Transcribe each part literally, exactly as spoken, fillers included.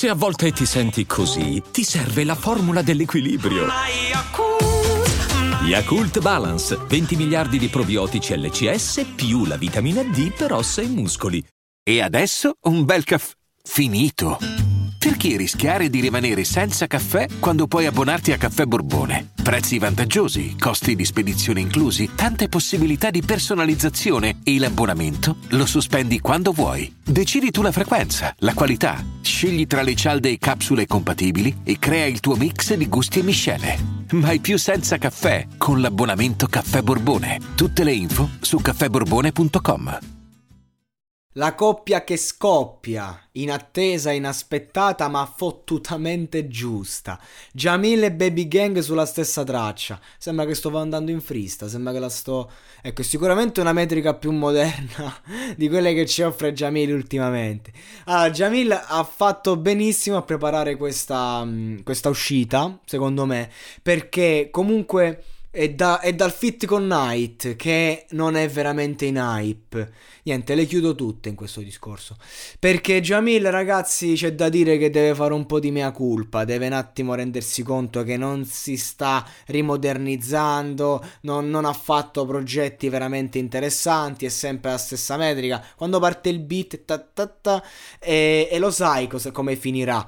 Se a volte ti senti così, ti serve la formula dell'equilibrio. Yakult Balance, venti miliardi di probiotici L C S più la vitamina D per ossa e muscoli. E adesso un bel caffè finito. Perché rischiare di rimanere senza caffè quando puoi abbonarti a Caffè Borbone? Prezzi vantaggiosi, costi di spedizione inclusi, tante possibilità di personalizzazione e l'abbonamento lo sospendi quando vuoi. Decidi tu la frequenza, la qualità, scegli tra le cialde e capsule compatibili e crea il tuo mix di gusti e miscele. Mai più senza caffè con l'abbonamento Caffè Borbone. Tutte le info su caffè borbone punto com. La coppia che scoppia, inattesa, inaspettata ma fottutamente giusta. Jamil e Baby Gang sulla stessa traccia. Sembra che sto andando in frista, sembra che la sto... Ecco, è sicuramente una metrica più moderna di quelle che ci offre Jamil ultimamente. Allora, Jamil ha fatto benissimo a preparare questa, questa uscita, secondo me, perché comunque... È, da, è dal feat con Night che non è veramente in hype. Niente, le chiudo tutte in questo discorso. Perché Jamil, ragazzi, c'è da dire che deve fare un po' di mea culpa. Deve un attimo rendersi conto che non si sta rimodernizzando, non, non ha fatto progetti veramente interessanti, è sempre la stessa metrica. Quando parte il beat ta ta ta, e, e lo sai cosa, come finirà.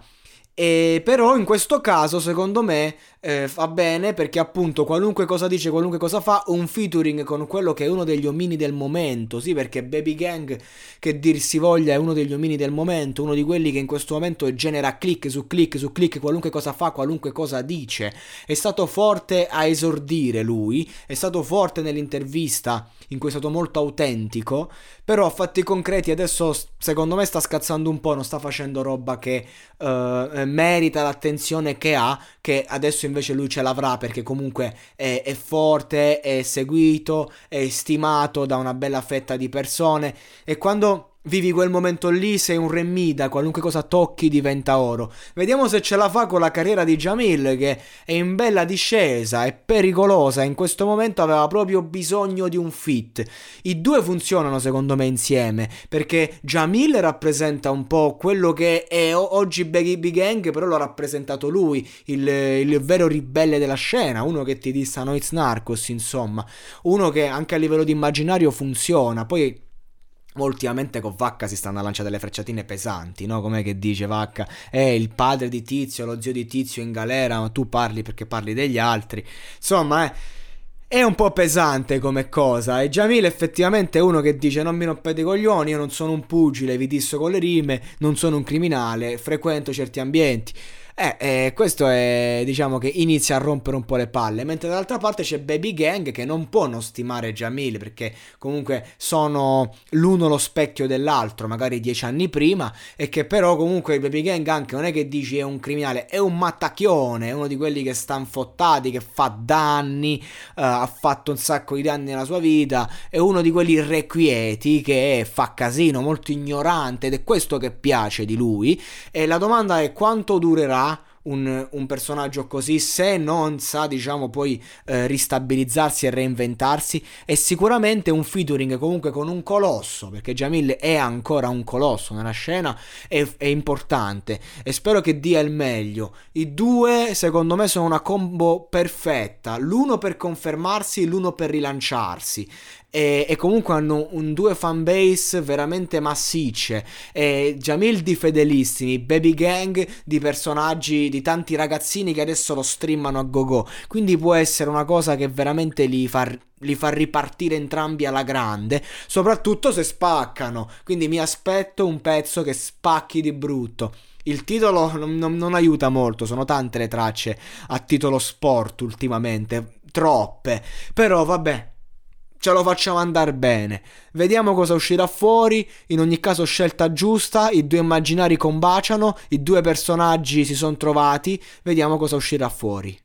E però in questo caso secondo me eh, fa bene, perché appunto qualunque cosa dice, qualunque cosa fa, un featuring con quello che è uno degli omini del momento. Sì, perché Baby Gang, che dir si voglia, è uno degli omini del momento, uno di quelli che in questo momento genera click su click su click, qualunque cosa fa, qualunque cosa dice. È stato forte a esordire lui, è stato forte nell'intervista in cui è stato molto autentico, però a fatti concreti adesso secondo me sta scazzando un po', non sta facendo roba che uh, merita l'attenzione che ha, che adesso invece lui ce l'avrà, perché comunque è, è forte, è seguito, è stimato da una bella fetta di persone, e quando vivi quel momento lì sei un re Mida, qualunque cosa tocchi diventa oro. Vediamo se ce la fa con la carriera di Jamil, che è in bella discesa, è pericolosa, in questo momento aveva proprio bisogno di un feat. I due funzionano secondo me insieme, perché Jamil rappresenta un po' quello che è oggi Baby Gang, però l'ha rappresentato lui, il, il vero ribelle della scena, uno che ti dissa Noiz Narcos, insomma, uno che anche a livello di immaginario funziona. Poi ultimamente con Vacca si stanno a lanciare delle frecciatine pesanti, no? Com'è che dice Vacca? È il padre di Tizio, lo zio di Tizio in galera, ma tu parli perché parli degli altri. Insomma, eh, è un po' pesante come cosa. E Jamil effettivamente è uno che dice: non mi rompete i coglioni, io non sono un pugile, vi disso con le rime, non sono un criminale, frequento certi ambienti. Eh, eh, questo è, diciamo che inizia a rompere un po' le palle, mentre dall'altra parte c'è Baby Gang che non può non stimare Jamil, perché comunque sono l'uno lo specchio dell'altro, magari dieci anni prima, e che però comunque Baby Gang anche non è che dici è un criminale, è un mattacchione, è uno di quelli che sta infottati, che fa danni, uh, ha fatto un sacco di danni nella sua vita, è uno di quelli irrequieti che fa casino, molto ignorante, ed è questo che piace di lui. E la domanda è: quanto durerà Un, un personaggio così, se non sa, diciamo, poi eh, ristabilizzarsi e reinventarsi? È sicuramente un featuring comunque con un colosso, perché Jamil è ancora un colosso nella scena, è, è importante, e spero che dia il meglio. I due secondo me sono una combo perfetta, l'uno per confermarsi, l'uno per rilanciarsi, e, e comunque hanno un due fanbase veramente massicce, e Jamil di fedelissimi, Baby Gang di personaggi, di tanti ragazzini che adesso lo streamano a go-go, quindi può essere una cosa che veramente li fa, li fa ripartire entrambi alla grande, soprattutto se spaccano, quindi mi aspetto un pezzo che spacchi di brutto. Il titolo non, non, non aiuta molto, sono tante le tracce a titolo sport ultimamente, troppe, però vabbè, ce lo facciamo andare bene. Vediamo cosa uscirà fuori. In ogni caso scelta giusta, i due immaginari combaciano, i due personaggi si sono trovati, vediamo cosa uscirà fuori.